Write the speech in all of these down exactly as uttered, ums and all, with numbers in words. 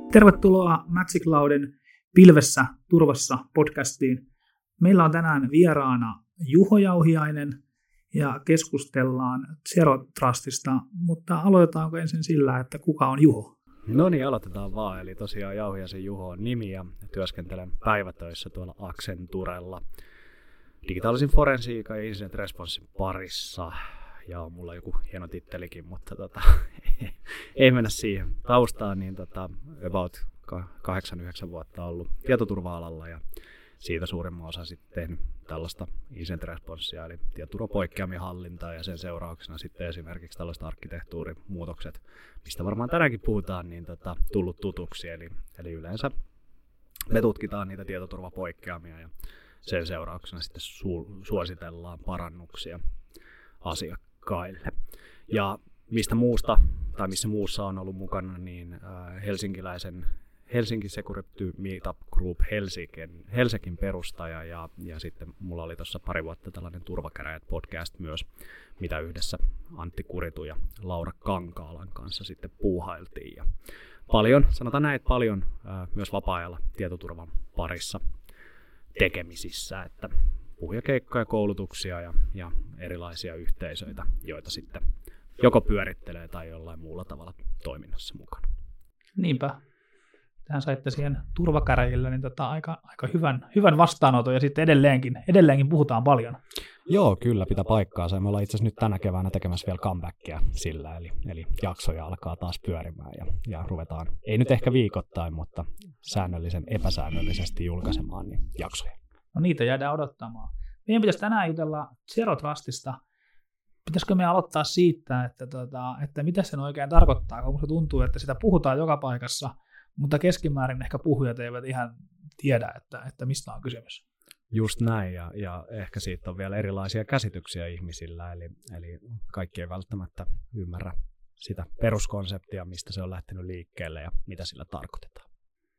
Tervetuloa Magic Cloudin Pilvessä turvassa podcastiin. Meillä on tänään vieraana Juho Jauhiainen ja keskustellaan Zero Trustista, mutta aloitetaanko ensin sillä, että kuka on Juho? No niin, aloitetaan vaan. Eli tosiaan Jauhiaisen Juho on nimi ja työskentelen päivätöissä tuolla Accenturella digitaalisen forensiikan ja incident responsin parissa. Ja on mulla joku hieno tittelikin, mutta tota, ei mennä siihen taustaan, niin tota, about kahdeksan yhdeksän vuotta ollut tietoturva-alalla ja siitä suurimman osa sitten tehnyt tällaista incident responsia, eli tietoturvapoikkeamien hallintaa ja sen seurauksena sitten esimerkiksi tällaiset arkkitehtuurimuutokset, mistä varmaan tänäänkin puhutaan, niin tota, tullut tutuksi, eli, eli yleensä me tutkitaan niitä tietoturvapoikkeamia ja sen seurauksena sitten su- suositellaan parannuksia asiakkaille. Ja mistä muusta, tai missä muussa on ollut mukana, niin äh, helsinkiläisen Helsinki Security Meetup Group Helsingin, Helsingin perustaja ja, ja sitten mulla oli tuossa pari vuotta tällainen Turvakäräjät podcast myös, mitä yhdessä Antti Kuritu ja Laura Kankaalan kanssa sitten puuhailtiin. Ja paljon, sanotaan näin, että paljon äh, myös vapaa-ajalla tietoturvan parissa tekemisissä, että puhujakeikkoja, koulutuksia ja, ja erilaisia yhteisöitä, joita sitten joko pyörittelee tai jollain muulla tavalla toiminnassa mukana. Niinpä. Tähän saitte siihen turvakäräjillä niin tota, aika, aika hyvän, hyvän vastaanoton ja sitten edelleenkin, edelleenkin puhutaan paljon. Joo, kyllä pitää paikkaansa. Me ollaan itse asiassa nyt tänä keväänä tekemässä vielä comebackia sillä, eli, eli jaksoja alkaa taas pyörimään ja, ja ruvetaan, ei nyt ehkä viikoittain, mutta säännöllisen epäsäännöllisesti julkaisemaan niin jaksoja. No niitä jäädään odottamaan. Meidän pitäisi tänään jutella Zero Trustista. Pitäisikö me aloittaa siitä, että, tota, että mitä sen oikein tarkoittaa, kun se tuntuu, että sitä puhutaan joka paikassa, mutta keskimäärin ehkä puhujat eivät ihan tiedä, että, että mistä on kysymys. Just näin, ja, ja ehkä siitä on vielä erilaisia käsityksiä ihmisillä, eli, eli kaikki ei välttämättä ymmärrä sitä peruskonseptia, mistä se on lähtenyt liikkeelle ja mitä sillä tarkoitetaan.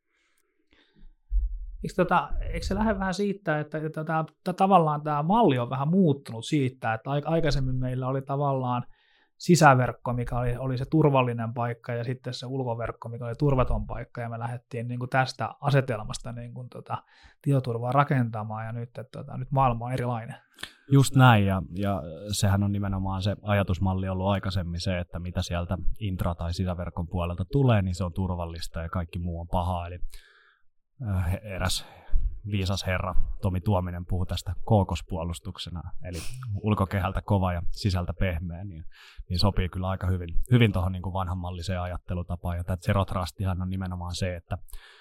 Eikö, tota, eikö se lähde vähän siitä, että, että tämä, tavallaan tämä malli on vähän muuttunut siitä, että aikaisemmin meillä oli tavallaan sisäverkko, mikä oli, oli se turvallinen paikka, ja sitten se ulkoverkko, mikä oli turvaton paikka, ja me lähdettiin niin kuin tästä asetelmasta niin kuin tota, tietoturvaa rakentamaan, ja nyt, että, tota, nyt maailma on erilainen. Just näin, ja, ja sehän on nimenomaan se ajatusmalli ollut aikaisemmin se, että mitä sieltä intra- tai sisäverkon puolelta tulee, niin se on turvallista, ja kaikki muu on pahaa, eli äh, eräs viisas herra Tomi Tuominen puhui tästä kookospuolustuksena, eli ulkokehältä kova ja sisältä pehmeä, niin, niin sopii kyllä aika hyvin, hyvin tuohon niin kuin vanhanmalliseen ajattelutapaan. Ja tämä Zero Trustihan on nimenomaan se, että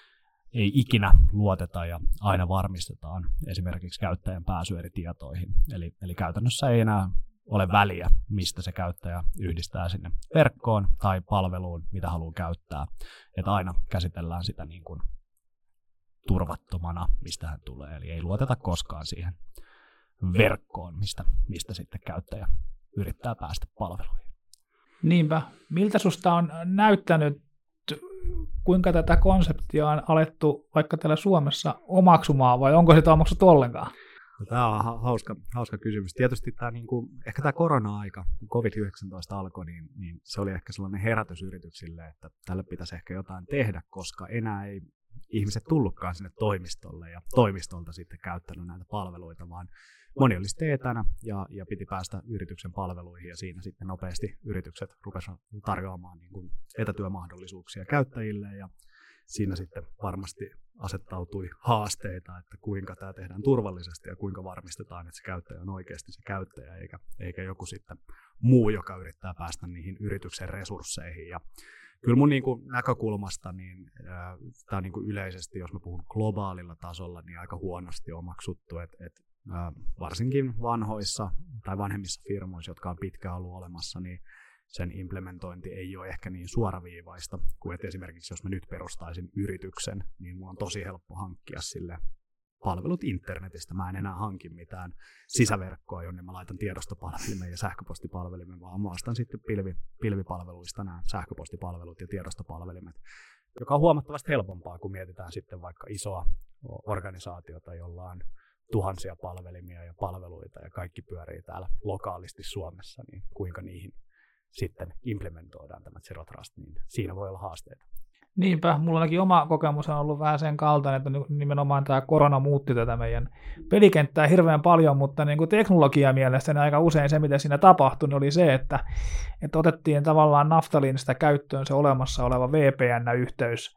ei ikinä luoteta ja aina varmistetaan esimerkiksi käyttäjän pääsy eri tietoihin. Eli, eli käytännössä ei enää ole väliä, mistä se käyttäjä yhdistää sinne verkkoon tai palveluun, mitä haluaa käyttää. Että aina käsitellään sitä niin kuin turvattomana, mistä hän tulee. Eli ei luoteta koskaan siihen verkkoon, mistä, mistä sitten käyttäjä yrittää päästä palveluihin. Niinpä. Miltä susta on näyttänyt, kuinka tätä konseptia on alettu vaikka täällä Suomessa omaksumaan, vai onko sitä omaksuttu ollenkaan? Tämä on hauska, hauska kysymys. Tietysti tämä, niin kuin, ehkä tämä korona-aika, kun covid yhdeksäntoista alkoi, niin, niin se oli ehkä sellainen herätys yrityksille, että tälle pitäisi ehkä jotain tehdä, koska enää ei ihmiset tullutkaan sinne toimistolle ja toimistolta sitten käyttänyt näitä palveluita, vaan moni oli sitten etänä ja, ja piti päästä yrityksen palveluihin ja siinä sitten nopeasti yritykset rupesivat tarjoamaan niin kuin etätyömahdollisuuksia käyttäjille ja siinä sitten varmasti asettautui haasteita, että kuinka tämä tehdään turvallisesti ja kuinka varmistetaan, että se käyttäjä on oikeasti se käyttäjä eikä, eikä joku sitten muu, joka yrittää päästä niihin yrityksen resursseihin. Ja kyllä mun niin kuin näkökulmasta niin, äh, tämä on niin kuin yleisesti, jos mä puhun globaalilla tasolla, niin aika huonosti omaksuttu, että et, äh, varsinkin vanhoissa tai vanhemmissa firmoissa, jotka on pitkään ollut olemassa, niin sen implementointi ei ole ehkä niin suoraviivaista kuin että esimerkiksi jos mä nyt perustaisin yrityksen, niin mun on tosi helppo hankkia sille palvelut internetistä. Mä en enää hanki mitään sisäverkkoa, jonne mä laitan tiedostopalvelimen ja sähköpostipalvelimen, vaan mä ostan sitten pilvi, pilvipalveluista nämä sähköpostipalvelut ja tiedostopalvelimet, joka on huomattavasti helpompaa, kun mietitään sitten vaikka isoa organisaatiota, jolla on tuhansia palvelimia ja palveluita ja kaikki pyörii täällä lokaalisti Suomessa, niin kuinka niihin sitten implementoidaan tämä Zero Trust, niin siinä voi olla haasteita. Niinpä, mulla ainakin oma kokemus on ollut vähän sen kaltainen, että nimenomaan tämä korona muutti tätä meidän pelikenttää hirveän paljon, mutta niin kuin teknologia mielestäni aika usein se, mitä siinä tapahtui, niin oli se, että, että otettiin tavallaan naftaliinista käyttöön se olemassa oleva V P N-yhteys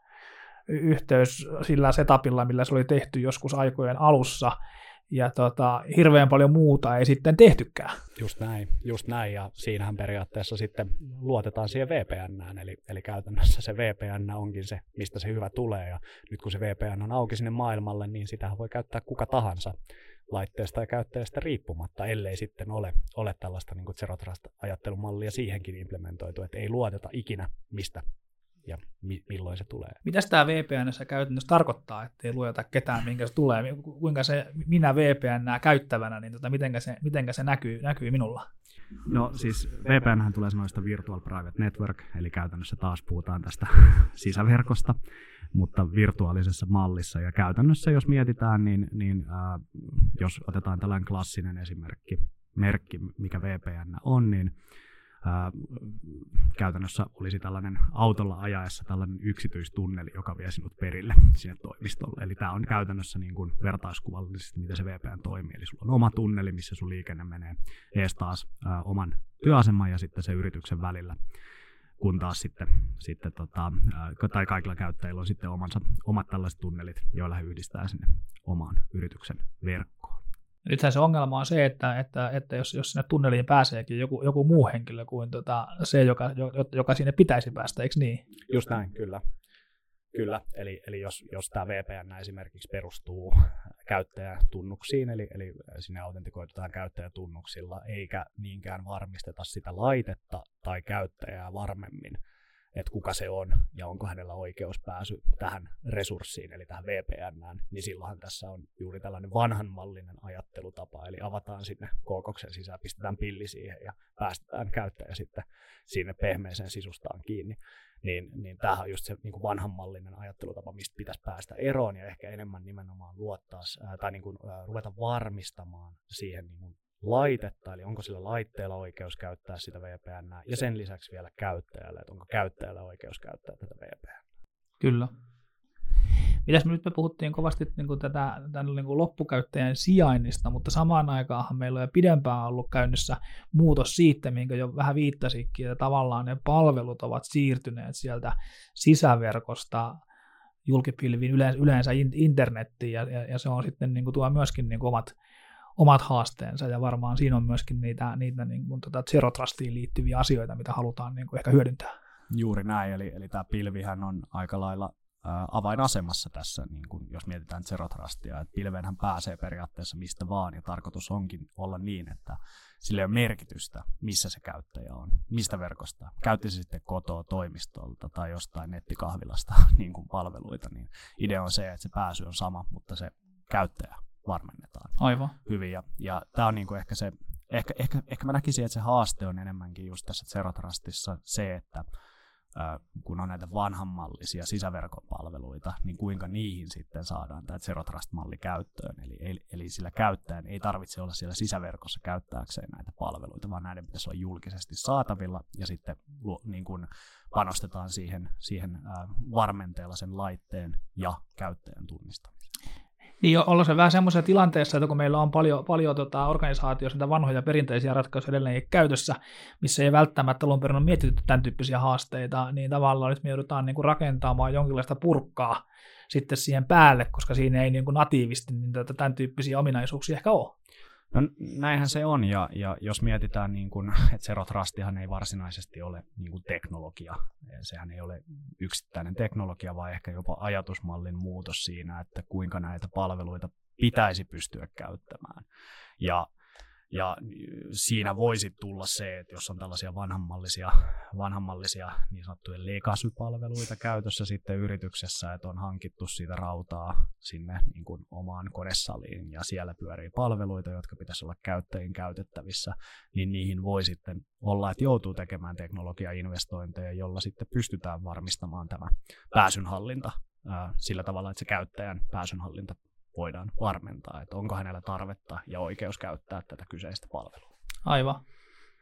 yhteys sillä setupilla, millä se oli tehty joskus aikojen alussa, ja tota, hirveän paljon muuta ei sitten tehtykään. Just näin, just näin, ja siinähän periaatteessa sitten luotetaan siihen V P N:ään, eli, eli käytännössä se V P N onkin se, mistä se hyvä tulee, ja nyt kun se V P N on auki sinne maailmalle, niin sitähän voi käyttää kuka tahansa laitteesta ja käyttäjästä riippumatta, ellei sitten ole, ole tällaista niin kuin Zero Trust-ajattelumallia siihenkin implementoitu, että ei luoteta ikinä mistä ja mi- milloin se tulee. Mitäs tämä V P N:ssä käytännössä tarkoittaa, ettei luota ketään, minkä se tulee, kuinka se minä V P N:ää käyttävänä, niin tota, mitenkä se, mitenkä se näkyy, näkyy minulla? No siis V P N:hän tulee sanoista Virtual Private Network, eli käytännössä taas puhutaan tästä sisäverkosta, mutta virtuaalisessa mallissa, ja käytännössä jos mietitään, niin, niin äh, jos otetaan tällainen klassinen esimerkki, merkki, mikä V P N on, niin Ää, käytännössä olisi tällainen autolla ajaessa tällainen yksityistunneli, joka vie sinut perille sinne toimistolle. Eli tämä on käytännössä niin kuin vertauskuvallisesti, miten se V P N toimii. Eli sulla on oma tunneli, missä sun liikenne menee ees taas ää, oman työaseman ja sitten se yrityksen välillä, kun taas sitten, sitten tota, ää, tai kaikilla käyttäjillä on sitten omansa, omat tällaiset tunnelit, joilla he yhdistää sinne omaan yrityksen verkkoon. Nythän se ongelma on se, että, että, että jos, jos sinne tunneliin pääseekin joku, joku muu henkilö kuin tota, se, joka, joka sinne pitäisi päästä, eikö niin? Just näin, kyllä. Kyllä, eli, eli jos, jos tämä V P N esimerkiksi perustuu käyttäjätunnuksiin, eli, eli sinne autentikoitetaan käyttäjätunnuksilla, eikä niinkään varmisteta sitä laitetta tai käyttäjää varmemmin, että kuka se on ja onko hänellä oikeus pääsy tähän resurssiin, eli tähän V P N:ään, niin silloinhan tässä on juuri tällainen vanhanmallinen ajattelutapa, eli avataan sinne kookoksen sisään, pistetään pilli siihen ja päästetään käyttäjä sitten sinne pehmeeseen sisustaan kiinni. Niin, niin tämähän on just se niin kuin vanhanmallinen ajattelutapa, mistä pitäisi päästä eroon ja ehkä enemmän nimenomaan luottaa ää, tai niin kuin, ää, ruveta varmistamaan siihen niin kuin laitetta, eli onko sillä laitteella oikeus käyttää sitä V P N:ää, ja sen lisäksi vielä käyttäjälle, että onko käyttäjällä oikeus käyttää tätä V P N:ää. Kyllä. Mitäs me nyt me puhuttiin kovasti niin kuin tätä, tämän niin kuin loppukäyttäjän sijainnista, mutta samaan aikaan meillä on jo pidempään ollut käynnissä muutos siitä, minkä jo vähän viittasikin, että tavallaan ne palvelut ovat siirtyneet sieltä sisäverkosta julkipilviin, yleensä, yleensä internettiin, ja, ja, ja se on sitten niin kuin tuo myöskin niin kuin omat omat haasteensa, ja varmaan siinä on myöskin niitä, niitä niin kuin, tota Zero Trustiin liittyviä asioita, mitä halutaan niin kuin ehkä hyödyntää. Juuri näin, eli, eli tämä pilvihän on aika lailla ää, avainasemassa tässä, niin kun, jos mietitään Zero Trustia, että pilveenhän pääsee periaatteessa mistä vaan, ja tarkoitus onkin olla niin, että sillä ei ole merkitystä, missä se käyttäjä on, mistä verkosta. Käytti se sitten kotoa, toimistolta tai jostain nettikahvilasta niin kuin palveluita, niin idea on se, että se pääsy on sama, mutta se käyttäjä varmennetaan. Aivan. Hyvin. Ja, ja tämä on niinku ehkä se, ehkä, ehkä, ehkä mä näkisin, että se haaste on enemmänkin just tässä Zero Trustissa se, että äh, kun on näitä vanhanmallisia sisäverkon palveluita, niin kuinka niihin sitten saadaan tämä Zero Trust-malli käyttöön. Eli, eli, eli sillä käyttäjän ei tarvitse olla siellä sisäverkossa käyttääkseen näitä palveluita, vaan näiden pitäisi olla julkisesti saatavilla, ja sitten niin kun panostetaan siihen, siihen äh, varmenteella sen laitteen ja käyttäjän tunnistamiseen. Niin ollaan se vähän semmoisessa tilanteessa, että kun meillä on paljon, paljon tota, organisaatioissa niitä vanhoja perinteisiä ratkaisuja edelleen käytössä, missä ei välttämättä alun perin ole mietitty tämän tyyppisiä haasteita, niin tavallaan nyt me joudutaan niin kuin rakentamaan jonkinlaista purkkaa sitten siihen päälle, koska siinä ei niin kuin natiivisti niin tämän tyyppisiä ominaisuuksia ehkä ole. No näinhän se on, ja, ja jos mietitään, niin kun, että Zero Trustihan ei varsinaisesti ole niin kun teknologia, sehän ei ole yksittäinen teknologia, vaan ehkä jopa ajatusmallin muutos siinä, että kuinka näitä palveluita pitäisi pystyä käyttämään. Ja Ja siinä voisi tulla se, että jos on tällaisia vanhanmallisia, vanhanmallisia niin sanottuja legacy-palveluita käytössä sitten yrityksessä, että on hankittu siitä rautaa sinne niin kuin omaan konesaliin ja siellä pyörii palveluita, jotka pitäisi olla käyttäjien käytettävissä, niin niihin voi sitten olla, että joutuu tekemään teknologiainvestointeja, jolla sitten pystytään varmistamaan tämä pääsynhallinta sillä tavalla, että se käyttäjän pääsynhallinta voidaan varmentaa, että onko hänellä tarvetta ja oikeus käyttää tätä kyseistä palvelua. Aivan.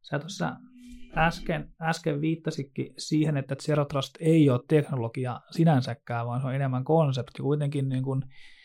Sä tuossa äsken, äsken viittasitkin siihen, että Zero Trust ei ole teknologia sinänsäkään, vaan se on enemmän konsepti. Kuitenkin niin kuin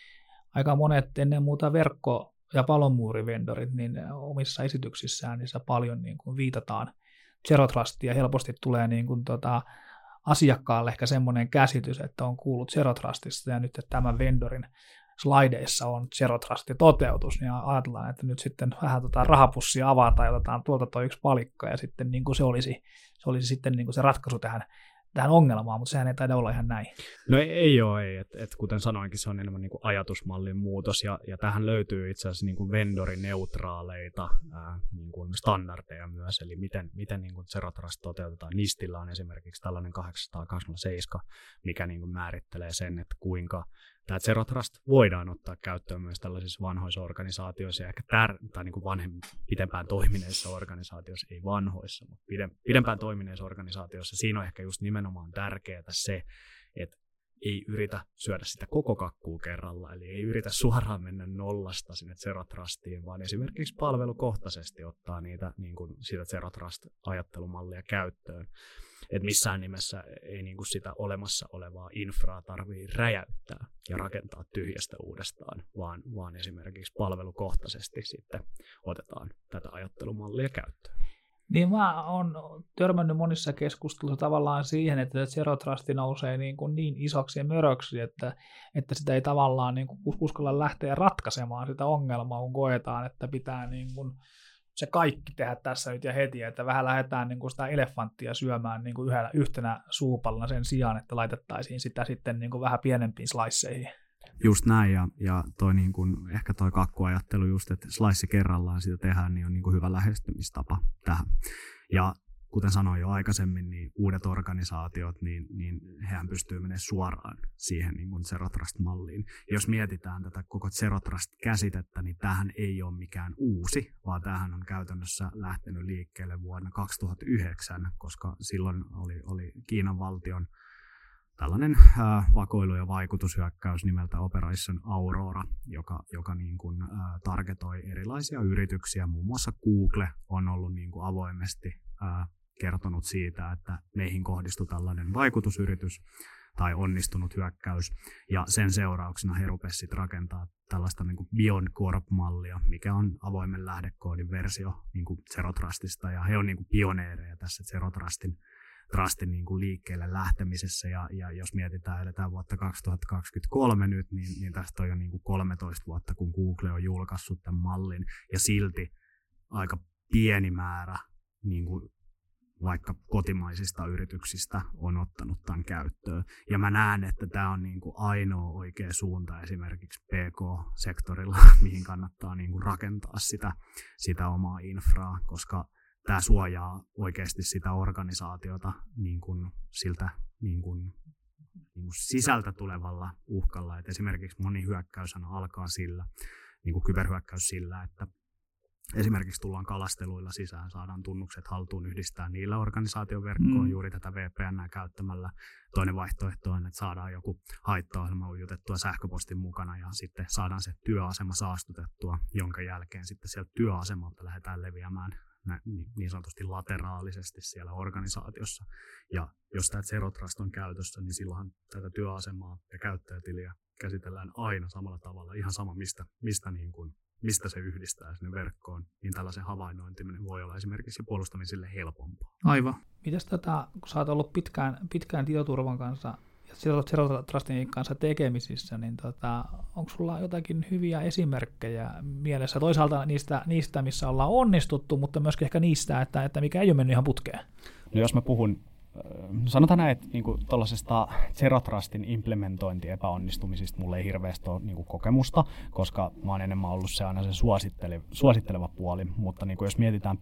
aika monet ennen muuta verkko- ja palomuurivendorit niin omissa esityksissään niissä paljon niin kuin viitataan Zero Trustia. Helposti tulee niin kuin tota, asiakkaalle ehkä semmoinen käsitys, että on kuullut Zero Trustista ja nyt että tämän vendorin slideissa on Zero Trustin toteutus, niin ajatellaan, että nyt sitten vähän tota rahapussia avataan ja otetaan tuolta toi yksi palikka ja sitten niin kuin se olisi, se olisi sitten niin kuin se ratkaisu tähän, tähän ongelmaan, mutta sehän ei taida olla ihan näin. No ei, ei ole, ei. Et, et kuten sanoinkin, se on enemmän niin kuin ajatusmallin muutos, ja, ja tähän löytyy itse asiassa niin kuin vendorineutraaleita ää, niin kuin standardeja myös, eli miten, miten niin kuin Zero Trust toteutetaan. Nistillä on esimerkiksi tällainen kahdeksansataakaksikymmentäseitsemän, mikä niin kuin määrittelee sen, että kuinka tämä Zero Trust voidaan ottaa käyttöön myös tällaisissa vanhoissa organisaatioissa, ja ehkä tär- tai niin kuin vanhemmin, pidempään toimineissa organisaatioissa, ei vanhoissa, mutta pidempään toimineissa organisaatioissa, siinä on ehkä just nimenomaan tärkeää se, että ei yritä syödä sitä koko kakkua kerralla, eli ei yritä suoraan mennä nollasta sinne Zero Trustiin, vaan esimerkiksi palvelukohtaisesti ottaa niitä, niin kuin sitä Zero Trust-ajattelumallia käyttöön. Että missään nimessä ei niin kuin sitä olemassa olevaa infraa tarvitse räjäyttää ja rakentaa tyhjästä uudestaan, vaan, vaan esimerkiksi palvelukohtaisesti sitten otetaan tätä ajattelumallia käyttöön. Niin mä oon törmännyt monissa keskusteluissa tavallaan siihen, että Zero Trust nousee niin, kuin niin isoksi ja möröksi, että, että sitä ei tavallaan niin kuin uskalla lähteä ratkaisemaan sitä ongelmaa, kun koetaan, että pitää niin kuin se kaikki tehdä tässä nyt ja heti, että vähän lähdetään niin kuin sitä elefanttia syömään niin kuin yhdellä, yhtenä suupallona sen sijaan, että laitettaisiin sitä sitten niin kuin vähän pienempiin sliceihin. Just näin, ja, ja toi niin kuin, ehkä toi kakkuajattelu just, että slice kerrallaan sitä tehdään, niin on niin kuin hyvä lähestymistapa tähän. Ja kuten sanoin jo aikaisemmin, niin uudet organisaatiot, niin, niin hehän pystyy menemään suoraan siihen niin kuin Zero Trust-malliin. Jos mietitään tätä koko Zero Trust-käsitettä, niin tämähän ei ole mikään uusi, vaan tämähän on käytännössä lähtenyt liikkeelle vuonna kaksituhattayhdeksän, koska silloin oli, oli Kiinan valtion tällainen äh, vakoilu- ja vaikutushyökkäys nimeltä Operation Aurora, joka, joka niin kuin, äh, targetoi erilaisia yrityksiä. Muun muassa Google on ollut niin kuin avoimesti äh, kertonut siitä, että meihin kohdistui tällainen vaikutusyritys tai onnistunut hyökkäys. Ja sen seurauksena he rupesivat rakentaa tällaista niin kuin Beyond Corp-mallia, mikä on avoimen lähdekoodin versio niin kuin Zero Trustista. Ja he on niin kuin pioneereja tässä Zero Trustin Trustin niin kuin liikkeelle lähtemisessä, ja, ja jos mietitään, eletään vuotta kaksituhattakaksikymmentäkolme nyt, niin, niin tästä on jo niin kuin kolmetoista vuotta, kun Google on julkaissut tämän mallin, ja silti aika pieni määrä niin kuin vaikka kotimaisista yrityksistä on ottanut tämän käyttöön. Ja mä näen, että tämä on niin kuin ainoa oikea suunta esimerkiksi P K-sektorilla, mihin kannattaa niin kuin rakentaa sitä, sitä omaa infraa, koska tämä suojaa oikeasti sitä organisaatiota niin kuin siltä niin kuin, niin kuin sisältä tulevalla uhkalla. Et esimerkiksi moni hyökkäys alkaa sillä, niin kuin kyberhyökkäys sillä, että esimerkiksi tullaan kalasteluilla sisään, saadaan tunnukset haltuun, yhdistää niillä organisaation verkkoon mm. juuri tätä V P N käyttämällä. Toinen vaihtoehto on, että saadaan joku haittaohjelma ujutettua sähköpostin mukana ja sitten saadaan se työasema saastutettua, jonka jälkeen sitten sieltä työasemalta lähdetään leviämään niin sanotusti lateraalisesti siellä organisaatiossa. Ja jos tämä Zero Trust on käytössä, niin silloin tätä työasemaa ja käyttäjätiliä käsitellään aina samalla tavalla, ihan sama mistä, mistä, niin kuin, mistä se yhdistää sinne verkkoon, niin tällaisen havainnointiminen voi olla esimerkiksi puolustamiselle helpompaa. Aivan. Mitäs tätä, kun sä oot ollut pitkään, pitkään tietoturvan kanssa ja Zero Trustin kanssa tekemisissä, niin tota, onko sulla jotakin hyviä esimerkkejä mielessä? Toisaalta niistä, niistä missä ollaan onnistuttu, mutta myöskin ehkä niistä, että, että mikä ei ole mennyt ihan putkeen. No jos mä puhun, sanotaan näin, että niinku tuollaisesta Zero Trustin implementointi epäonnistumisista mulla ei hirveästi ole niinku kokemusta, koska mä oon enemmän ollut se aina se suositteleva, suositteleva puoli, mutta niinku jos mietitään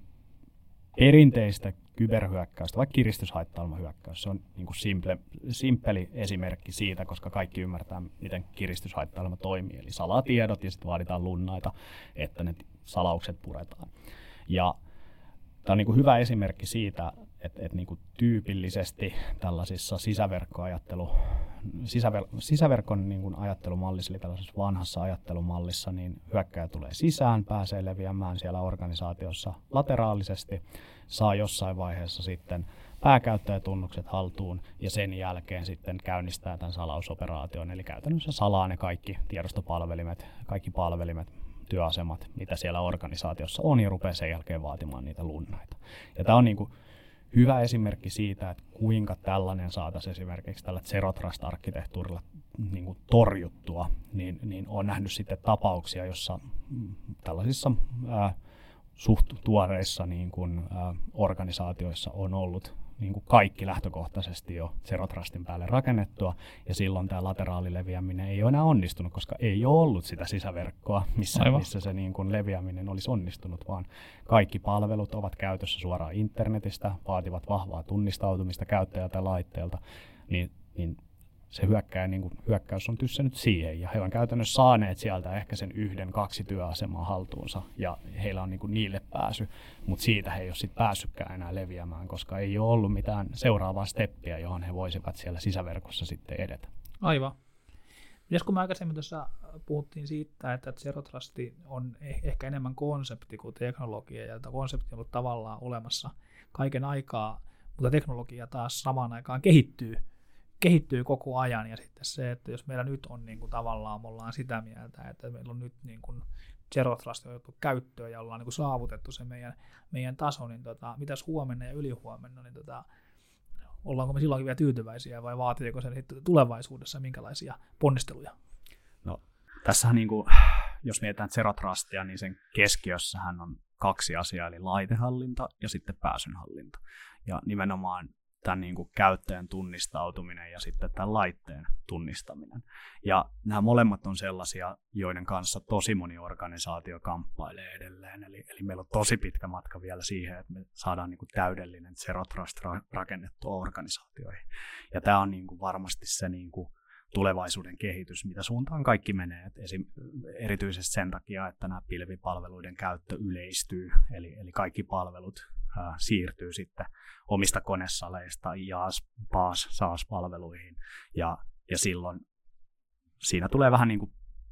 perinteistä kyberhyökkäystä, vaikka kiristyshaittailmahyökkäys, se on niin kuin simple, simppeli esimerkki siitä, koska kaikki ymmärtää, miten kiristyshaittailma toimii. Eli salatiedot ja sitten vaaditaan lunnaita, että ne salaukset puretaan. Ja tämä on niin kuin hyvä esimerkki siitä, et, et niin kuin tyypillisesti tällaisissa sisäverkkoajattelu, sisäver, sisäverkon niin kuin ajattelumallissa, eli tällaisessa vanhassa ajattelumallissa, niin hyökkääjä tulee sisään, pääsee leviämään siellä organisaatiossa lateraalisesti, saa jossain vaiheessa sitten pääkäyttäjätunnukset haltuun ja sen jälkeen sitten käynnistää tämän salausoperaation, eli käytännössä salaa ne kaikki tiedostopalvelimet, kaikki palvelimet, työasemat, mitä siellä organisaatiossa on, ja rupeaa sen jälkeen vaatimaan niitä lunnaita. Ja tämä on niin kuin hyvä esimerkki siitä, että kuinka tällainen saataisiin esimerkiksi tällä Zero Trust-arkkitehtuurilla niin kuin torjuttua, niin, niin on nähnyt sitten tapauksia, jossa tällaisissa ää, suht tuoreissa niin kuin, ää, organisaatioissa on ollut niin kuin kaikki lähtökohtaisesti jo Zero Trustin päälle rakennettua, ja silloin tämä lateraali leviäminen ei ole enää onnistunut, koska ei ole ollut sitä sisäverkkoa, missä, missä se niin kuin leviäminen olisi onnistunut, vaan kaikki palvelut ovat käytössä suoraan internetistä, vaativat vahvaa tunnistautumista käyttäjältä ja laitteelta, niin, niin se hyökkäys, niin kuin, hyökkäys on tyssännyt siihen, ja he on käytännössä saaneet sieltä ehkä sen yhden, kaksi työasemaa haltuunsa, ja heillä on niin kuin niille pääsy, mutta siitä he ei ole sit päässytkään enää leviämään, koska ei ole ollut mitään seuraavaa steppiä, johon he voisivat siellä sisäverkossa sitten edetä. Aivan. Mites kun me aikaisemmin tuossa puhuttiin siitä, että Zero Trust on ehkä enemmän konsepti kuin teknologia, ja tämä konsepti on ollut tavallaan olemassa kaiken aikaa, mutta teknologia taas samaan aikaan kehittyy, kehittyy koko ajan, ja sitten se, että jos meillä nyt on niin kuin, tavallaan, me ollaan sitä mieltä, että meillä on nyt niin kuin, Zero Trust otettu käyttöön ja ollaan niin kuin, saavutettu se meidän, meidän taso, niin tota, mitäs huomenna ja ylihuomenna, niin tota, ollaanko me silloinkin vielä tyytyväisiä vai vaatiiko se sitten tulevaisuudessa minkälaisia ponnisteluja? No, tässähän niin kuin, jos mietitään Zero Trustia, niin sen keskiössähän on kaksi asiaa, eli laitehallinta ja sitten pääsynhallinta. Ja nimenomaan tämän niin kuin käyttäjän tunnistautuminen ja sitten tämän laitteen tunnistaminen. Ja nämä molemmat on sellaisia, joiden kanssa tosi moni organisaatio kamppailee edelleen. Eli, eli meillä on tosi pitkä matka vielä siihen, että me saadaan niin kuin täydellinen Zero Trust rakennettua organisaatioihin. Ja tämä on niin kuin varmasti se niin kuin tulevaisuuden kehitys, mitä suuntaan kaikki menee. Et esim, erityisesti sen takia, että nämä pilvipalveluiden käyttö yleistyy, eli, eli kaikki palvelut ää, siirtyy sitten omista konesaleista I aaS, PaaS, SaaS-palveluihin, ja, ja silloin siinä tulee vähän niin kuin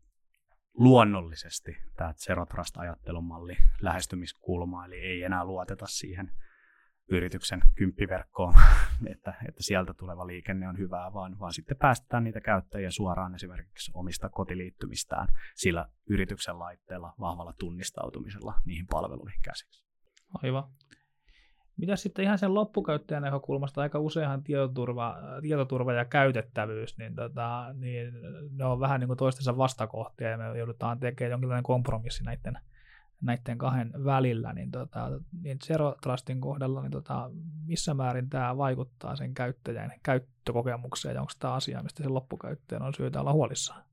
luonnollisesti tämä Zero Trust-ajattelumalli lähestymiskulma, eli ei enää luoteta siihen yrityksen kymppiverkkoon, että, että sieltä tuleva liikenne on hyvää, vaan, vaan sitten päästetään niitä käyttäjiä suoraan esimerkiksi omista kotiliittymistään sillä yrityksen laitteella vahvalla tunnistautumisella niihin palveluihin käsiksi. Aivan. Mitä sitten ihan sen loppukäyttäjän näkökulmasta, aika useinhan tietoturva, tietoturva ja käytettävyys, niin, tota, niin ne on vähän niin kuin toistensa vastakohtia, ja me joudutaan tekemään jonkinlainen kompromissi näiden näiden kahden välillä, niin, tota, niin Zero Trustin kohdalla, niin tota, missä määrin tämä vaikuttaa sen käyttäjän käyttökokemukseen, ja onko tämä asia, mistä sen loppukäyttäjän on syytä olla huolissaan?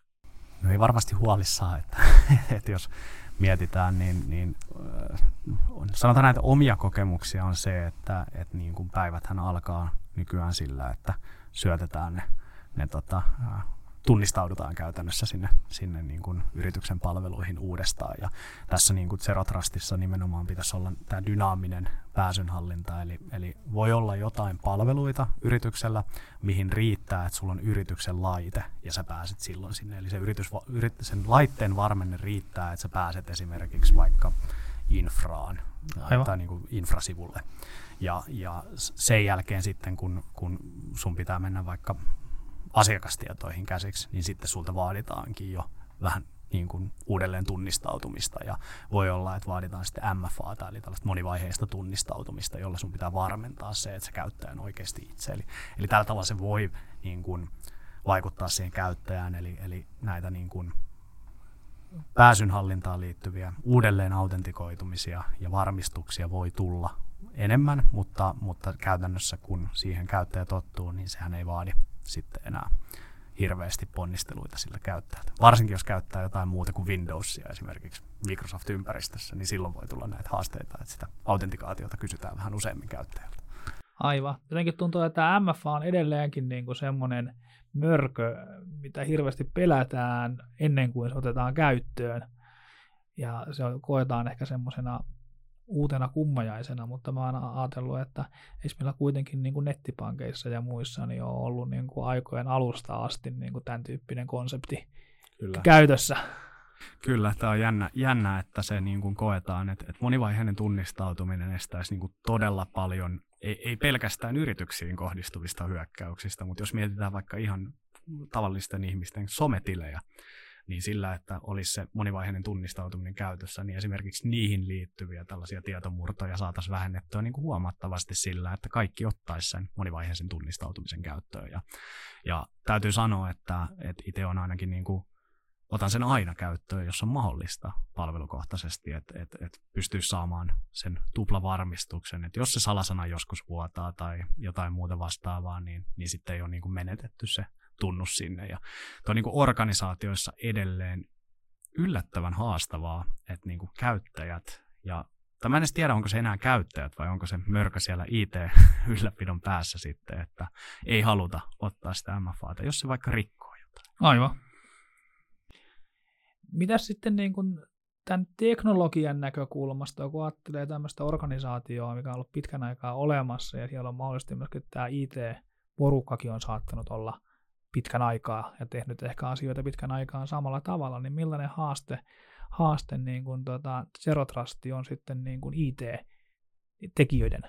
No ei varmasti huolissaan, että, että jos mietitään, niin, niin sanotaan näitä omia kokemuksia on se, että, että niin kuin päiväthän alkaa nykyään sillä, että syötetään ne, ne tota, tunnistaudutaan käytännössä sinne, sinne niin kuin yrityksen palveluihin uudestaan. Ja tässä niin kuin Zero Trustissa nimenomaan pitäisi olla tämä dynaaminen pääsynhallinta, eli, eli voi olla jotain palveluita yrityksellä, mihin riittää, että sulla on yrityksen laite ja sä pääset silloin sinne. Eli se yritys, sen laitteen varmenne riittää, että sä pääset esimerkiksi vaikka infraan Aivan. tai niin kuin infrasivulle. Ja, ja sen jälkeen sitten, kun, kun sun pitää mennä vaikka asiakastietoihin käsiksi, niin sitten sulta vaaditaankin jo vähän niin kuin uudelleen tunnistautumista, ja voi olla, että vaaditaan sitten M F A:ta, eli tällaista monivaiheista tunnistautumista, jolla sun pitää varmentaa se, että se käyttäjä on oikeasti itse. Eli, eli tällä tavalla se voi niin kuin vaikuttaa siihen käyttäjään, eli, eli näitä niin kuin pääsynhallintaan liittyviä uudelleen autentikoitumisia ja varmistuksia voi tulla enemmän, mutta, mutta käytännössä kun siihen käyttäjä tottuu, niin sehän ei vaadi sitten enää hirveästi ponnisteluita sillä käyttäjältä. Varsinkin jos käyttää jotain muuta kuin Windowsia esimerkiksi Microsoft-ympäristössä, niin silloin voi tulla näitä haasteita, että sitä autentikaatiota kysytään vähän useammin käyttäjältä. Aivan. Jotenkin tuntuu, että tämä M F A on edelleenkin niin kuin semmoinen mörkö, mitä hirveästi pelätään ennen kuin se otetaan käyttöön. Ja se koetaan ehkä semmoisena uutena kummajaisena, mutta mä oon ajatellut, että esimerkiksi meillä kuitenkin niin kuin nettipankeissa ja muissa niin on ollut niin kuin aikojen alusta asti niin kuin tämän tyyppinen konsepti Kyllä. käytössä. Kyllä, tämä on jännä, jännä että se niin kuin koetaan, että, että monivaiheinen tunnistautuminen estäisi niin kuin todella paljon, ei, ei pelkästään yrityksiin kohdistuvista hyökkäyksistä, mutta jos mietitään vaikka ihan tavallisten ihmisten sometilejä, niin sillä, että olisi se monivaiheinen tunnistautuminen käytössä, niin esimerkiksi niihin liittyviä tällaisia tietomurtoja saataisiin vähennettyä niin kuin huomattavasti sillä, että kaikki ottaisi sen monivaiheisen tunnistautumisen käyttöön. Ja, ja täytyy sanoa, että, että itse on ainakin niin kuin otan sen aina käyttöön, jos on mahdollista palvelukohtaisesti, että et, et pystyisi saamaan sen tuplavarmistuksen, että jos se salasana joskus vuotaa tai jotain muuta vastaavaa, niin, niin sitten ei ole niin kuin menetetty se tunnus sinne. Ja tuo on niin kuin organisaatioissa edelleen yllättävän haastavaa, että niin kuin käyttäjät, ja tai mä en edes tiedä, onko se enää käyttäjät vai onko se mörkö siellä I T-ylläpidon päässä sitten, että ei haluta ottaa sitä M F A:ta, jos se vaikka rikkoo jotain. Aivan. Mitäs sitten niin kuin tämän teknologian näkökulmasta, kun ajattelee tämmöistä organisaatioa, mikä on ollut pitkän aikaa olemassa, ja siellä on mahdollisesti myöskin tämä I T-porukkakin on saattanut olla pitkän aikaa ja tehnyt ehkä asioita pitkän aikaa samalla tavalla, niin millainen haaste, haaste niin kuin tuota, Zero Trust on sitten niin kuin I T-tekijöiden?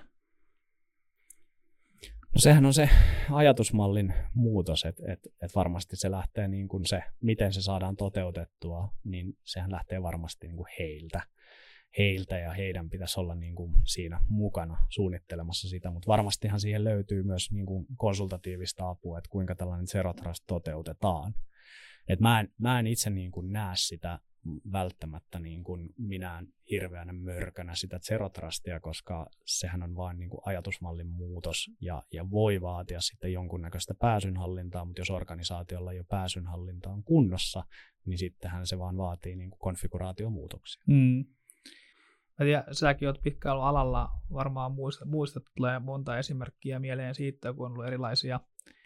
No sehän on se ajatusmallin muutos, että et, et varmasti se lähtee niin kuin se, miten se saadaan toteutettua, niin sehän lähtee varmasti niin kuin heiltä. heiltä ja heidän pitäisi olla niin kuin siinä mukana suunnittelemassa sitä, mutta varmastihan siihen löytyy myös niin kuin konsultatiivista apua, että kuinka tällainen Zero Trust toteutetaan. Et mä, en, mä en itse niin kuin näe sitä välttämättä niin kuin minään hirveänä mörkönä sitä Zero Trustia, koska sehän on vain niin kuin ajatusmallin muutos ja, ja voi vaatia sitten jonkunnäköistä pääsynhallintaa, mutta jos organisaatiolla jo pääsynhallinta on kunnossa, niin sittenhän se vaan vaatii niin kuin konfiguraatiomuutoksia. Mm. Mä tiedän, säkin olet pitkään ollut alalla, varmaan muistat, muistat tulee monta esimerkkiä mieleen siitä, kun on ollut erilaisia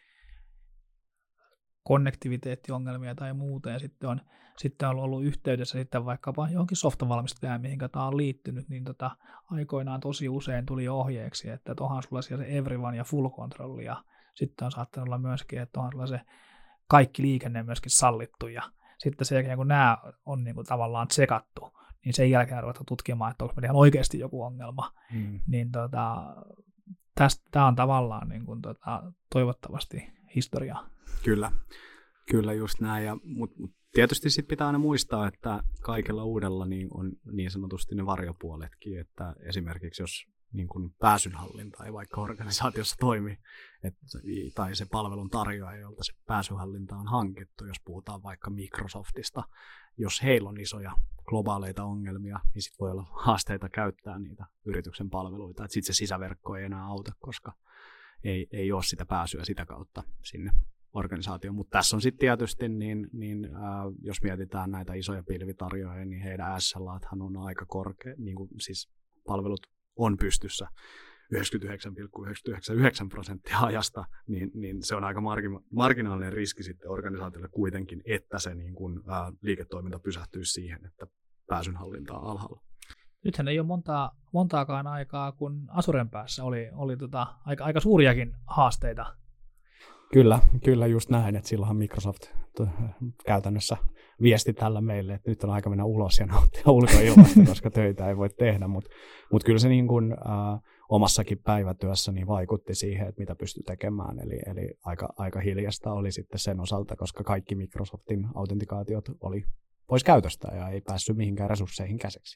konnektiviteettiongelmia tai muuta, ja sitten on, sitten on ollut yhteydessä sitten vaikkapa johonkin softavalmistajaan, mihin tämä on liittynyt, niin tota, aikoinaan tosi usein tuli ohjeeksi, että onhan sulla siellä se everyone ja full control, ja sitten on saattanut olla myöskin, että onhan sulla se kaikki liikenne myöskin sallittu, ja sitten sen jälkeen, kun nämä on niin kuin tavallaan tsekattu, niin sen jälkeen ruvetaan tutkimaan, että onko meillä ihan oikeasti joku ongelma. Mm. Niin tota, tämä on tavallaan niin kuin, tota, toivottavasti historiaa. Kyllä, kyllä just näin. Mutta mut tietysti sit pitää aina muistaa, että kaikella uudella niin on niin sanotusti ne varjopuoletkin, että esimerkiksi jos niin kun pääsynhallinta ei vaikka organisaatiossa toimi, et, tai se palvelun tarjoaja, jolta se pääsynhallinta on hankittu, jos puhutaan vaikka Microsoftista, jos heillä on isoja globaaleita ongelmia, niin sitten voi olla haasteita käyttää niitä yrityksen palveluita, että sitten se sisäverkko ei enää auta, koska ei, ei ole sitä pääsyä sitä kautta sinne organisaatioon. Mutta tässä on sitten tietysti, niin, niin ää, jos mietitään näitä isoja pilvitarjoajia, niin heidän S L A:than on aika korkea, niin kuin siis palvelut on pystyssä yhdeksänkymmentäyhdeksän pilkku yhdeksänkymmentäyhdeksän prosenttia ajasta, niin, niin se on aika margi- marginaalinen riski sitten organisaatiolle kuitenkin, että se niin kun, ää, liiketoiminta pysähtyy siihen, että pääsynhallinta on alhaalla. Nythän ei ole montaa, montaakaan aikaa, kun Azuren päässä oli, oli tota, aika, aika suuriakin haasteita. Kyllä, kyllä just näin, että silloinhan Microsoft t- käytännössä viesti tällä meille, että nyt on aika mennä ulos ja nauttia ulkoilmasta, koska töitä ei voi tehdä, mutta mut kyllä se niin kuin, äh, omassakin päivätyössä niin vaikutti siihen, että mitä pystyi tekemään, eli, eli aika, aika hiljasta oli sitten sen osalta, koska kaikki Microsoftin autentikaatiot oli pois käytöstä ja ei päässyt mihinkään resursseihin käsiksi.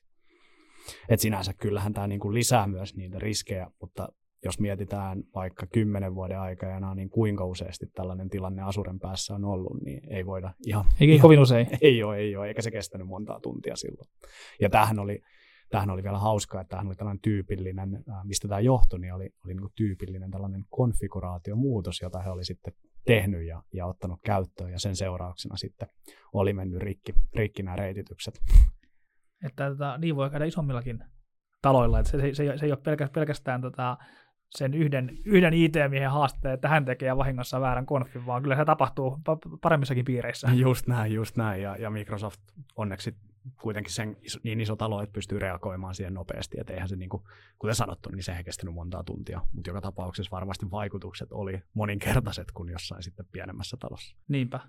Et sinänsä kyllähän tämä niin kuin lisää myös niitä riskejä, mutta jos mietitään vaikka kymmenen vuoden aikana, niin kuinka useasti tällainen tilanne Azuren päässä on ollut, niin ei voida ihan... Ei ihan, kovin usein. Ei ole, ei ole, eikä se kestänyt montaa tuntia silloin. Ja tämähän oli, tämähän oli vielä hauskaa, että tämähän oli tällainen tyypillinen, mistä tämä johtui, niin oli, oli niin kuin tyypillinen tällainen konfiguraatiomuutos, jota he oli sitten tehnyt ja, ja ottanut käyttöön, ja sen seurauksena sitten oli mennyt rikki, rikki nämä reititykset. Että tota, niin voi käydä isommillakin taloilla, että se, se, se, se ei ole pelkästään tota, sen yhden, yhden I T-miehen haaste, että hän tekee vahingossa väärän konfin, vaan kyllä se tapahtuu paremmissakin piireissä. Just näin, just näin. Ja, ja Microsoft onneksi kuitenkin sen iso, niin iso talo, että pystyy reagoimaan siihen nopeasti, että eihän se, niin kuin, kuten sanottu, niin se ei kestänyt montaa tuntia, mutta joka tapauksessa varmasti vaikutukset oli moninkertaiset kuin jossain sitten pienemmässä talossa. Niinpä.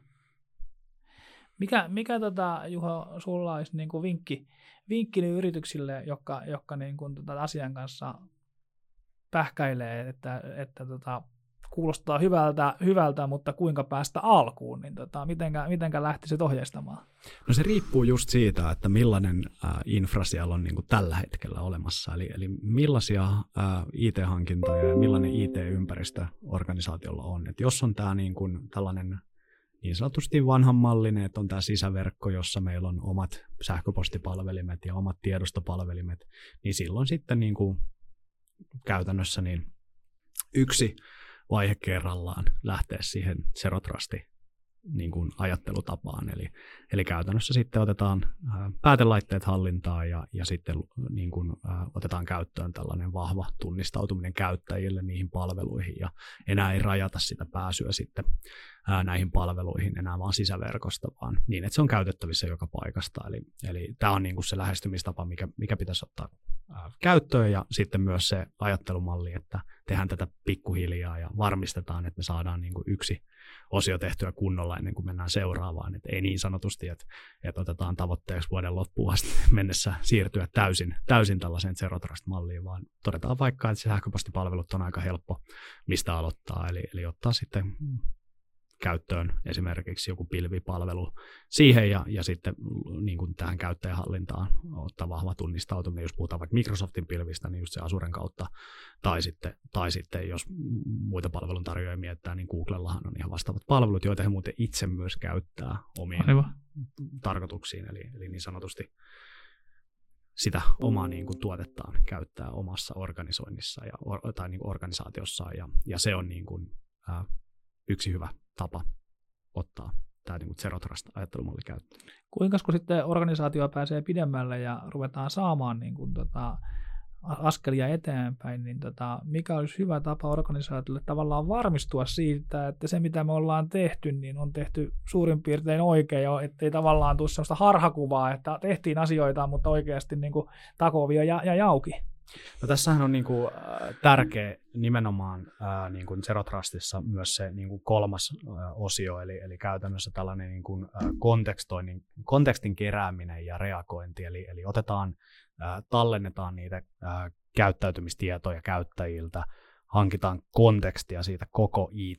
Mikä, mikä tota, Juho, sulla olisi niin kuin vinkki, vinkki yrityksille, jotka, jotka niin kuin, tota, asian kanssa pähkäilee, että, että tota, kuulostaa hyvältä, hyvältä, mutta kuinka päästä alkuun, niin tota, mitenkä, mitenkä lähtisit ohjeistamaan? No se riippuu just siitä, että millainen äh, infra siellä on niin kuin tällä hetkellä olemassa, eli, eli millaisia äh, I T-hankintoja ja millainen I T-ympäristö organisaatiolla on. Et jos on tämä niin kuin tällainen niin sanotusti vanhanmallinen, että on tämä sisäverkko, jossa meillä on omat sähköpostipalvelimet ja omat tiedostopalvelimet, niin silloin sitten niin kuin käytännössä niin yksi vaihe kerrallaan lähteä siihen Zero Trustin niin kuin ajattelutapaan. Eli, eli käytännössä sitten otetaan ää, päätelaitteet hallintaan ja, ja sitten niin kuin, ää, otetaan käyttöön tällainen vahva tunnistautuminen käyttäjille niihin palveluihin ja enää ei rajata sitä pääsyä sitten ää, näihin palveluihin enää vaan sisäverkosta, vaan niin, että se on käytettävissä joka paikasta. Eli, eli tämä on niin kuin se lähestymistapa, mikä, mikä pitäisi ottaa ää, käyttöön ja sitten myös se ajattelumalli, että tehdään tätä pikkuhiljaa ja varmistetaan, että me saadaan niin kuin yksi osio tehtyä kunnolla ennen kuin mennään seuraavaan. Et ei niin sanotusti, että, että otetaan tavoitteeksi vuoden loppuun asti mennessä siirtyä täysin, täysin tällaiseen Zero Trust-malliin, vaan todetaan vaikka, että se sähköpostipalvelut on aika helppo, mistä aloittaa. Eli, eli ottaa sitten käyttöön esimerkiksi joku pilvipalvelu siihen ja, ja sitten niin kuin tähän käyttäjähallintaan ottaa vahva tunnistautuminen, jos puhutaan vaikka Microsoftin pilvistä, niin just se Azuren kautta, tai sitten, tai sitten jos muita palveluntarjoajia mietitään, niin Googlellahan on ihan vastaavat palvelut, joita he muuten itse myös käyttää omiin Aivan. tarkoituksiin, eli, eli niin sanotusti sitä omaa niin kuin, tuotettaan käyttää omassa organisoinnissa ja, tai niin kuin, organisaatiossaan, ja, ja se on niin kuin, ää, yksi hyvä tapa ottaa tämä niin kuin Zero Trust-ajattelumalli käyttöön. Kuinka kun sitten organisaatio pääsee pidemmälle ja ruvetaan saamaan niin kuin, tota, askelia eteenpäin, niin tota, mikä olisi hyvä tapa organisaatiolle tavallaan varmistua siitä, että se mitä me ollaan tehty, niin on tehty suurin piirtein oikein, ettei tavallaan tule sellaista harhakuvaa, että tehtiin asioita, mutta oikeasti niin kuin takovia ja, ja jauki. No tässähän on niinku, äh, tärkeä nimenomaan äh, niinku Zero Trustissa myös se niinku kolmas äh, osio, eli, eli käytännössä tällainen niinku, äh, kontekstoinnin, kontekstin kerääminen ja reagointi, eli, eli otetaan, äh, tallennetaan niitä äh, käyttäytymistietoja käyttäjiltä, hankitaan kontekstia siitä koko I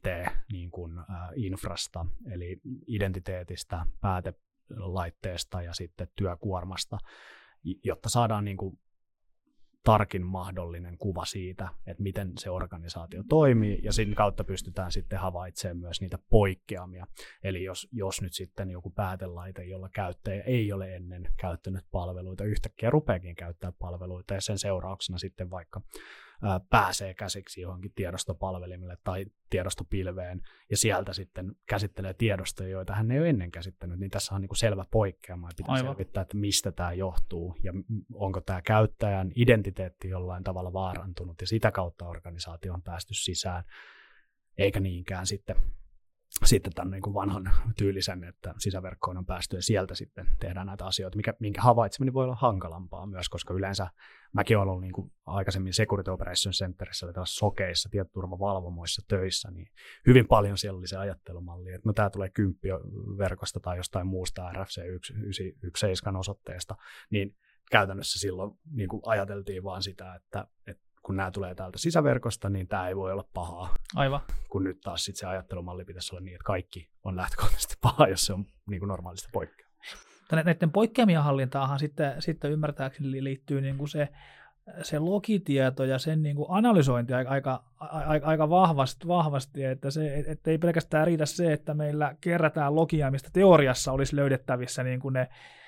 T-infrasta, niin eli identiteetistä, päätelaitteesta ja sitten työkuormasta, jotta saadaan niin kuin tarkin mahdollinen kuva siitä, että miten se organisaatio toimii, ja sen kautta pystytään sitten havaitsemaan myös niitä poikkeamia. Eli jos, jos nyt sitten joku päätelaite, jolla käyttäjä ei ole ennen käyttänyt palveluita, yhtäkkiä rupeakin käyttää palveluita, ja sen seurauksena sitten vaikka ää, pääsee käsiksi johonkin tiedostopalvelimille tai tiedostopilveen, ja sieltä sitten käsittelee tiedostoja, joita hän ei ole ennen käsittänyt, niin tässä on niin kuin selvä poikkeama, ja pitää Aivan. selvittää, että mistä tämä johtuu, ja onko tämä käyttäjän identiteetti jollain tavalla vaarantunut, ja sitä kautta organisaatio on päästy sisään, eikä niinkään sitten, sitten tämän niin kuin vanhan tyylisen, että sisäverkkoon on päästy, ja sieltä sitten tehdään näitä asioita, mikä, minkä havaitseminen voi olla hankalampaa myös, koska yleensä mäkin olen ollut niin kuin aikaisemmin Security Operations Centerissä, eli tällaisissa sokeissa, tietoturvavalvomoissa töissä, niin hyvin paljon siellä oli se ajattelumalli, että no tämä tulee kymppiverkosta tai jostain muusta R F C yksi yksi seitsemän osoitteesta, niin käytännössä silloin niin kuin ajateltiin vaan sitä, että, että kun nämä tulee täältä sisäverkosta, niin tämä ei voi olla pahaa. Aivan. Kun nyt taas sit se ajattelumalli pitäisi olla niin, että kaikki on lähtökohtaisesti pahaa, jos se on niin kuin normaalista poikkeaa. Näiden poikkeamien hallintaahan sitten, sitten ymmärtääkseni liittyy niin kuin se, se logitieto ja sen niin kuin analysointi aika, aika, aika, aika vahvasti, vahvasti, että se että ei pelkästään riitä se, että meillä kerätään logia, mistä teoriassa olisi löydettävissä niin kuin ne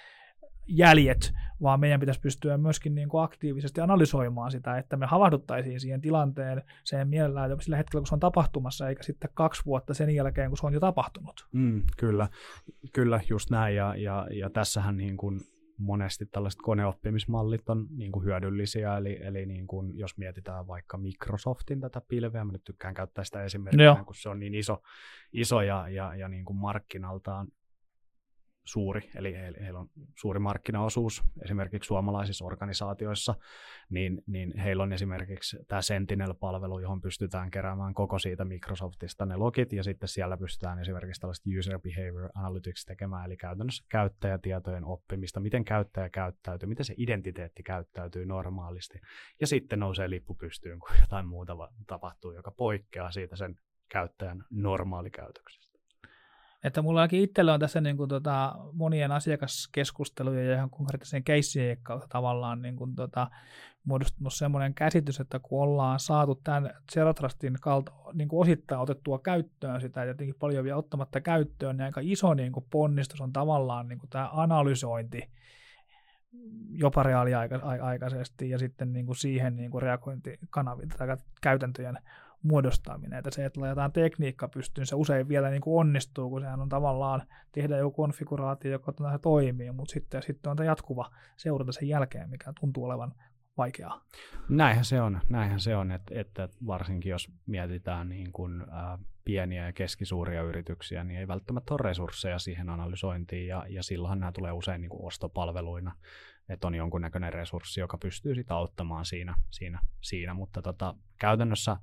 jäljet, vaan meidän pitäisi pystyä myöskin niin kuin aktiivisesti analysoimaan sitä, että me havahduttaisiin siihen tilanteen sen mielellään sillä hetkellä, kun se on tapahtumassa, eikä sitten kaksi vuotta sen jälkeen, kun se on jo tapahtunut. Mm, kyllä, kyllä, just näin, ja, ja, ja tässähän niin kuin monesti tällaiset koneoppimismallit on niin kuin hyödyllisiä, eli, eli niin kuin jos mietitään vaikka Microsoftin tätä pilveä, mä nyt tykkään käyttää sitä esimerkkinä, kun se on niin iso, iso ja, ja, ja niin kuin markkinaltaan suuri, eli heillä on suuri markkinaosuus esimerkiksi suomalaisissa organisaatioissa, niin, niin heillä on esimerkiksi tämä Sentinel-palvelu, johon pystytään keräämään koko siitä Microsoftista ne logit, ja sitten siellä pystytään esimerkiksi tällaista user behavior analytics tekemään, eli käytännössä käyttäjätietojen oppimista, miten käyttäjä käyttäytyy, miten se identiteetti käyttäytyy normaalisti, ja sitten nousee lippu pystyyn, kun jotain muuta tapahtuu, joka poikkeaa siitä sen käyttäjän normaalikäytöksestä. Että mulla itsellä on tässä niin kuin tota monien asiakaskeskustelujen ja ihan konkreettisen keissien kautta tavallaan niin kuin tota muodostunut semmoinen käsitys, että kun ollaan saatu tämän Zero Trustin kalta niin kuin osittain otettua käyttöön sitä, ja jotenkin paljon vielä ottamatta käyttöön, niin aika iso niin kuin ponnistus on tavallaan niin kuin tämä analysointi jopa reaaliaikaisesti ja sitten niin kuin siihen niin kuin reagointikanavien tai käytäntöjen muodostaminen, että se, että laitetaan tekniikka pystyyn, se usein vielä niin kuin onnistuu, kun sehän on tavallaan tehdä joku konfiguraatio, joka toimii, mutta sitten, sitten on tämä jatkuva seurata sen jälkeen, mikä tuntuu olevan vaikeaa. Näinhän se on, näinhän se on että, että varsinkin jos mietitään niin kuin, ä, pieniä ja keskisuuria yrityksiä, niin ei välttämättä ole resursseja siihen analysointiin, ja, ja silloinhan nämä tulee usein niin kuin ostopalveluina, että on jonkunnäköinen resurssi, joka pystyy sitä auttamaan siinä, siinä, siinä. mutta tota, käytännössä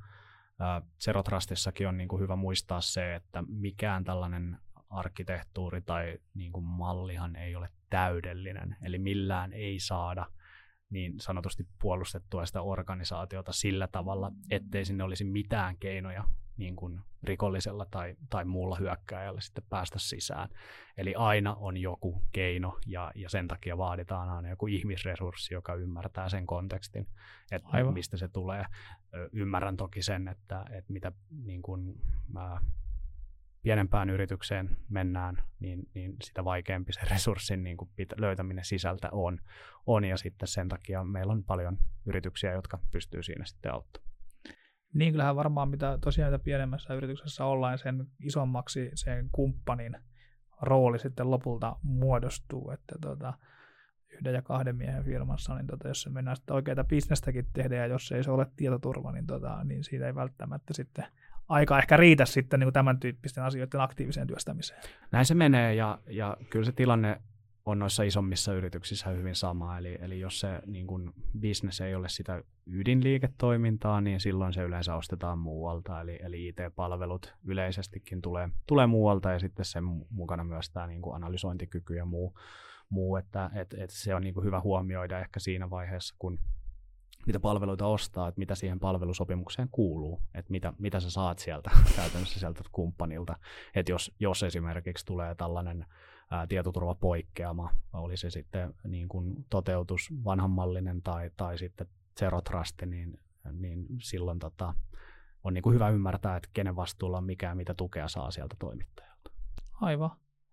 Zero Trustissakin on niin kuin hyvä muistaa se, että mikään tällainen arkkitehtuuri tai niin kuin mallihan ei ole täydellinen, eli millään ei saada niin sanotusti puolustettua sitä organisaatiota sillä tavalla, ettei sinne olisi mitään keinoja niin kuin rikollisella tai, tai muulla hyökkääjällä sitten päästä sisään. Eli aina on joku keino, ja, ja sen takia vaaditaan aina joku ihmisresurssi, joka ymmärtää sen kontekstin, että Aivan. mistä se tulee. Ymmärrän toki sen, että, että mitä niin kuin, ää, pienempään yritykseen mennään, niin, niin sitä vaikeampi se resurssin niin kuin pitä, löytäminen sisältä on, on, ja sitten sen takia meillä on paljon yrityksiä, jotka pystyy siinä sitten auttamaan. Niin kyllähän varmaan mitä tosiaan mitä pienemmässä yrityksessä ollaan, sen isommaksi sen kumppanin rooli sitten lopulta muodostuu, että tota, yhden ja kahden miehen firmassa, niin tota, jos se mennään sitten oikeita bisnestäkin tehdä, ja jos ei se ole tietoturva, niin, tota, niin siitä ei välttämättä sitten aika ehkä riitä sitten niin kuin tämän tyyppisten asioiden aktiiviseen työstämiseen. Näin se menee, ja, ja kyllä se tilanne on noissa isommissa yrityksissä hyvin sama, eli, eli jos se niin kun business ei ole sitä ydinliiketoimintaa, niin silloin se yleensä ostetaan muualta, eli, eli I T-palvelut yleisestikin tulee, tulee muualta, ja sitten sen mukana myös tämä niin kun analysointikyky ja muu, muu että et, et se on niin kun hyvä huomioida ehkä siinä vaiheessa, kun mitä palveluita ostaa, että mitä siihen palvelusopimukseen kuuluu, että mitä, mitä sä saat sieltä käytännössä sieltä kumppanilta, että jos, jos esimerkiksi tulee tällainen ää, tietoturvapoikkeama, oli se sitten niin kuin toteutus vanhanmallinen tai, tai sitten Zero Trust, niin, niin silloin tota, on niin kuin hyvä ymmärtää, että kenen vastuulla on mikä, mitä tukea saa sieltä toimittajalta. Aivan.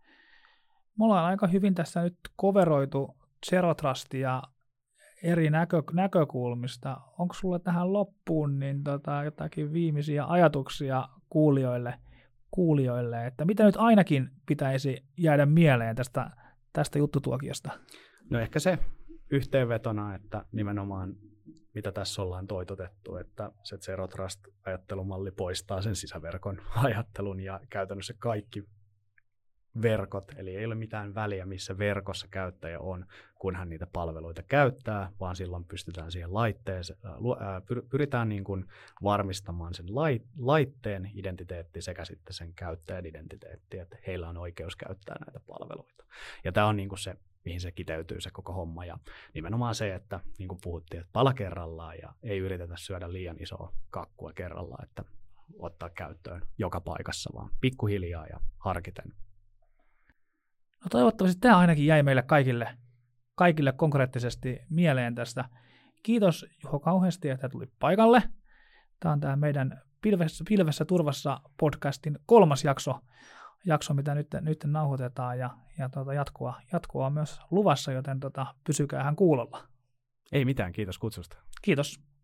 Me ollaan aika hyvin tässä nyt coveroitu Zero Trustia eri näkö, näkökulmista. Onko sulla tähän loppuun niin tota, jotakin viimeisiä ajatuksia kuulijoille, kuulijoille, että mitä nyt ainakin pitäisi jäädä mieleen tästä, tästä juttutuokiosta? No ehkä se yhteenvetona, että nimenomaan mitä tässä ollaan toitotettu, että se Zero Trust-ajattelumalli poistaa sen sisäverkon ajattelun, ja käytännössä kaikki verkot, eli ei ole mitään väliä, missä verkossa käyttäjä on, kun hän niitä palveluita käyttää, vaan silloin pystytään siihen laitteeseen, pyritään niin kuin varmistamaan sen laitteen identiteetti sekä sitten sen käyttäjän identiteetti, että heillä on oikeus käyttää näitä palveluita. Ja tämä on niin kuin se, mihin se kiteytyy se koko homma, ja nimenomaan se, että niin kuin puhuttiin, että pala kerrallaan ja ei yritetä syödä liian isoa kakkua kerrallaan, että ottaa käyttöön joka paikassa, vaan pikkuhiljaa ja harkiten. No toivottavasti tämä ainakin jäi meille kaikille, kaikille konkreettisesti mieleen tästä. Kiitos Juho kauheasti, että tulit paikalle. Tämä on tämä meidän Pilvessä, Pilvessä turvassa podcastin kolmas jakso, jakso mitä nyt, nyt nauhoitetaan, ja, ja tuota jatkoa, jatkoa on myös luvassa, joten tuota, pysykäähän kuulolla. Ei mitään, kiitos kutsusta. Kiitos.